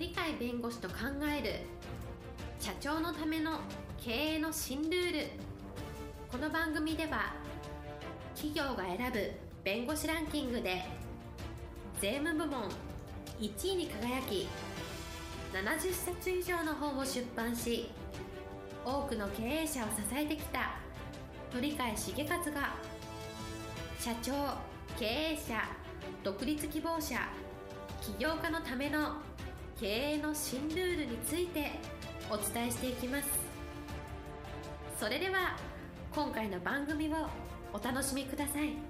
鳥飼弁護士と考える社長のための経営の新ルール。この番組では企業が選ぶ弁護士ランキングで税務部門1位に輝き、70冊以上の本を出版し、多くの経営者を支えてきた鳥飼茂勝が、社長、経営者、独立希望者、起業家のための経営の新ルールについてお伝えしていきます。それでは今回の番組をお楽しみください。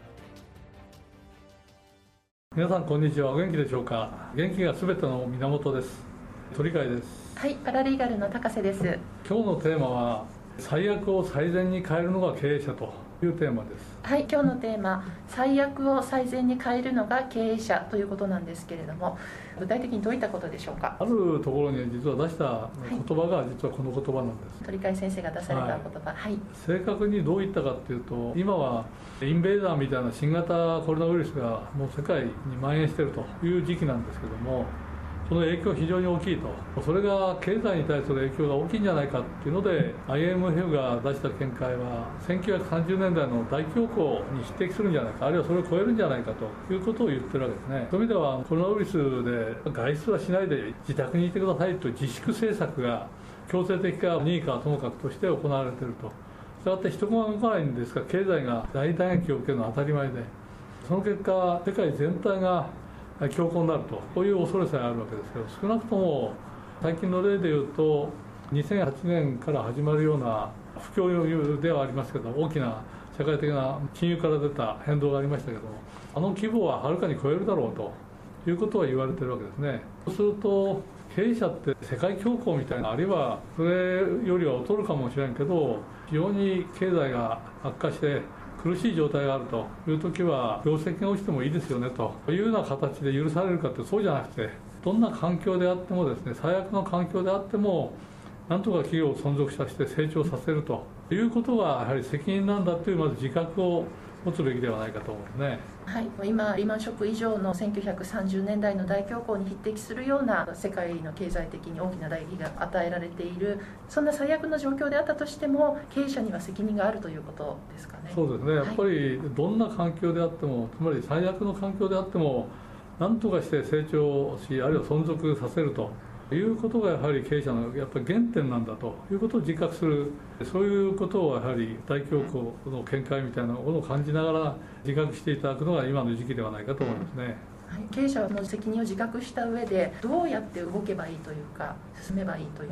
皆さんこんにちは。お元気でしょうか。元気がすべての源です。鳥飼です。 はい、パラリーガルの高瀬です。 今日のテーマは最悪を最善に変えるのが経営者というテーマです。 はい、今日のテーマ、最悪を最善に変えるのが経営者ということなんですけれども、具体的にどういったことでしょうか。 あるところに実は出した言葉が実はこの言葉なんです。 鳥飼先生が出された言葉、はい、 正確にどういったかというと、今はインベーダーみたいな新型コロナウイルスがもう世界に蔓延しているという時期なんですけども、その影響非常に大きいと、それが経済に対する影響が大きいんじゃないかっていうので、 IMF が出した見解は1930年代の大恐慌に匹敵するんじゃないか、あるいはそれを超えるんじゃないかということを言ってるわけですね。そういう意味ではコロナウイルスで外出はしないで自宅にいてくださいという自粛政策が強制的か任意かはともかくとして行われていると。したがって人が動かないんですが、経済が大打撃を受けるのは当たり前で、その結果世界全体が強行になると、こういう恐れさえあるわけですけど、少なくとも最近の例でいうと2008年から始まるような不況ではありますけど、大きな社会的な金融から出た変動がありましたけども、あの規模ははるかに超えるだろうということは言われているわけですね。そうすると経営者って世界恐慌みたいな、あるいはそれよりは劣るかもしれんけど、非常に経済が悪化して苦しい状態があるというときは、業績が落ちてもいいですよねというような形で許されるかって、そうじゃなくて、どんな環境であってもですね、最悪の環境であっても、なんとか企業を存続させて成長させるということが、やはり責任なんだという、まず自覚を持つべきではないかと思うんですね。 はい、今リーマンショック以上の1930年代の大恐慌に匹敵するような世界の経済的に大きな打撃が与えられている、そんな最悪の状況であったとしても経営者には責任があるということですかね。 そうですね、やっぱりどんな環境であっても、つまり最悪の環境であっても何とかして成長し、あるいは存続させるということがやはり経営者のやっぱり原点なんだということを自覚する、そういうことをやはり大恐慌の見解みたいなものを感じながら自覚していただくのが今の時期ではないかと思いますね。 はい、経営者の責任を自覚した上でどうやって動けばいいというか、進めばいいという、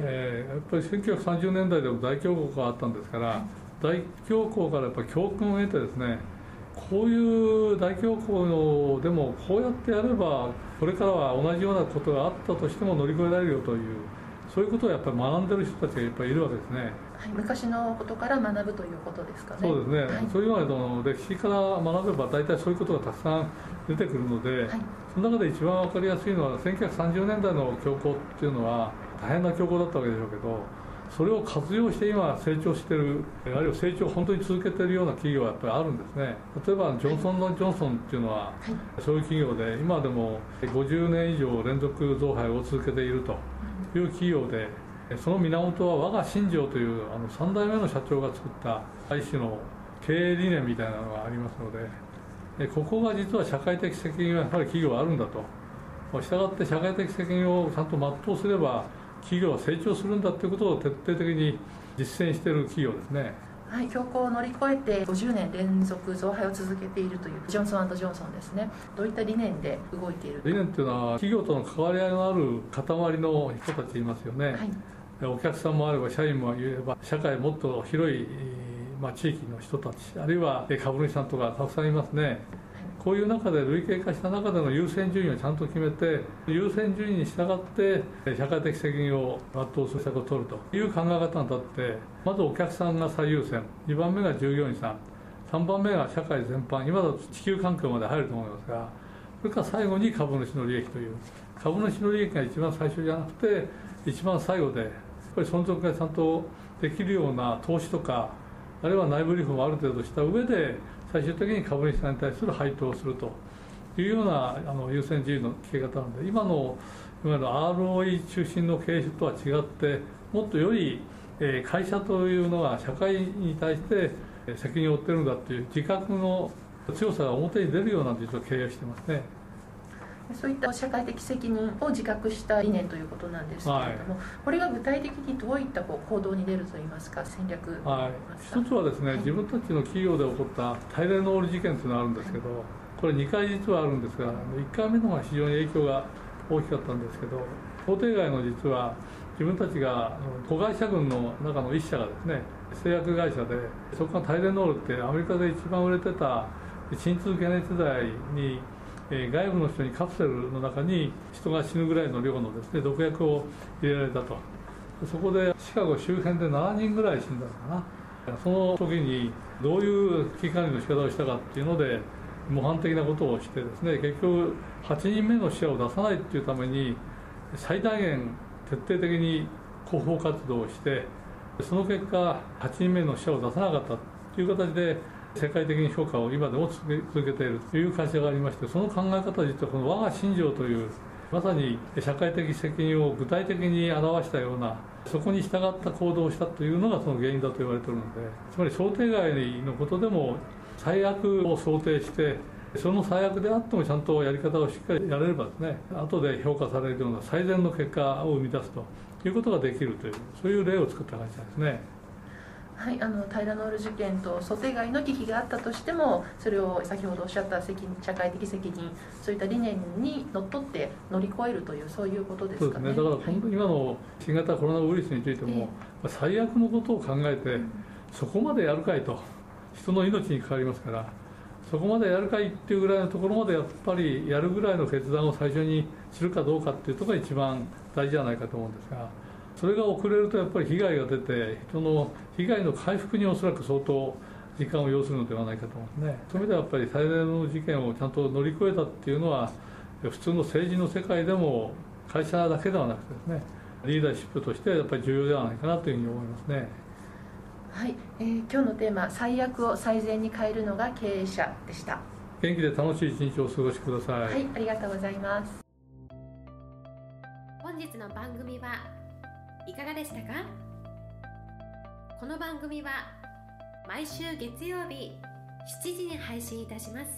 やっぱり1930年代でも大恐慌があったんですから、はい、大恐慌からやっぱり教訓を得てですね、こういう大恐慌でもこうやってやればこれからは同じようなことがあったとしても乗り越えられるよという、そういうことをやっぱり学んでる人たちがやっぱりいるわけですね。 はい、昔のことから学ぶということですかね。 そうですね、 はい、 そういうのは歴史から学べば大体そういうことがたくさん出てくるので、はい、その中で一番分かりやすいのは1930年代の恐慌っていうのは大変な恐慌だったわけでしょうけど、それを活用して今成長している、あるいは成長を本当に続けているような企業はやっぱりあるんですね。例えばジョンソン・ジョンソンっていうのは、そういう企業で今でも50年以上連続増配を続けているという企業で、その源は我が新庄という3代目の社長が作った一種の経営理念みたいなのがありますので、ここが実は社会的責任はやはり企業はあるんだと。したがって社会的責任をちゃんと全うすれば企業は成長するんだということを徹底的に実践している企業ですね。 はい、恐慌を乗り越えて50年連続増配を続けているというジョンソン&ジョンソンですね。どういった理念で動いている？ 理念というのは企業との関わり合いのある塊の人たちいますよね。はい、お客さんもあれば社員もいれば、社会もっと広い、地域の人たち、あるいは株主さんとかたくさんいますね。こういう中で類型化した中での優先順位をちゃんと決めて、優先順位に従って社会的責任を全うする策を取るという考え方に立って、まずお客さんが最優先、2番目が従業員さん、3番目が社会全般、今だと地球環境まで入ると思いますが、それから最後に株主の利益という、株主の利益が一番最初じゃなくて一番最後で、やっぱり存続がちゃんとできるような投資とか、あるいは内部リフォームをある程度した上で最終的に株主さんに対する配当をするというような優先順位の付け方なので、今のいわゆる ROE 中心の経営とは違って、もっとより会社というのが社会に対して責任を負っているんだという自覚の強さが表に出るような実は経営をしてますね。 そういった社会的責任を自覚した理念ということなんですけれども、はい、これが具体的にどういった行動に出るといいますか、戦略、 はい、一つはですね、自分たちの企業で起こったタイレノール事件というのがあるんですけど、これ2回実はあるんですが、1回目の方が非常に影響が大きかったんですけど、想定外の実は自分たちが子会社群の中の1社がですね、製薬会社で、そこがタイレノールってアメリカで一番売れてた鎮痛解熱剤に外部の人にカプセルの中に人が死ぬぐらいの量のですね、毒薬を入れられたと。そこでシカゴ周辺で7人ぐらい死んだのかな。その時にどういう危機管理の仕方をしたかっていうので模範的なことをしてですね、結局8人目の死者を出さないっていうために最大限徹底的に広報活動をして、その結果8人目の死者を出さなかったという形で世界的に評価を今でも続けているという会社がありまして、その考え方は実はこの我が信条というまさに社会的責任を具体的に表したような、そこに従った行動をしたというのがその原因だと言われているので、つまり想定外のことでも最悪を想定して、その最悪であってもちゃんとやり方をしっかりやれればですね、後で評価されるような最善の結果を生み出すということができるという、そういう例を作った会社ですね。 はい、タイラノール事件と想定外の危機があったとしても、それを先ほどおっしゃった社会的責任、そういった理念にのっとって乗り越えるという、そういうことですかね。 そうですね。だから本当に今の新型コロナウイルスについても、最悪のことを考えて、そこまでやるかいと、人の命に関わりますから、そこまでやるかいっていうぐらいのところまでやっぱりやるぐらいの決断を最初にするかどうかっていうところが一番大事じゃないかと思うんですが、それが遅れるとやっぱり被害が出て、人の被害の回復におそらく相当時間を要するのではないかと思うんですね。そういう意味ではやっぱり最大の事件をちゃんと乗り越えたっていうのは、普通の政治の世界でも会社だけではなくてですね、リーダーシップとしてやっぱり重要ではないかなというふうに思いますね。 はい、今日のテーマ、最悪を最善に変えるのが経営者でした。 元気で楽しい一日をお過ごしください。 はい、ありがとうございます。 本日の番組はいかがでしたか？この番組は毎週月曜日7時に配信いたします。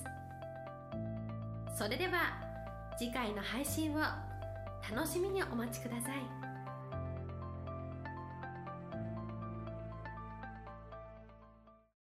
それでは次回の配信を楽しみにお待ちください。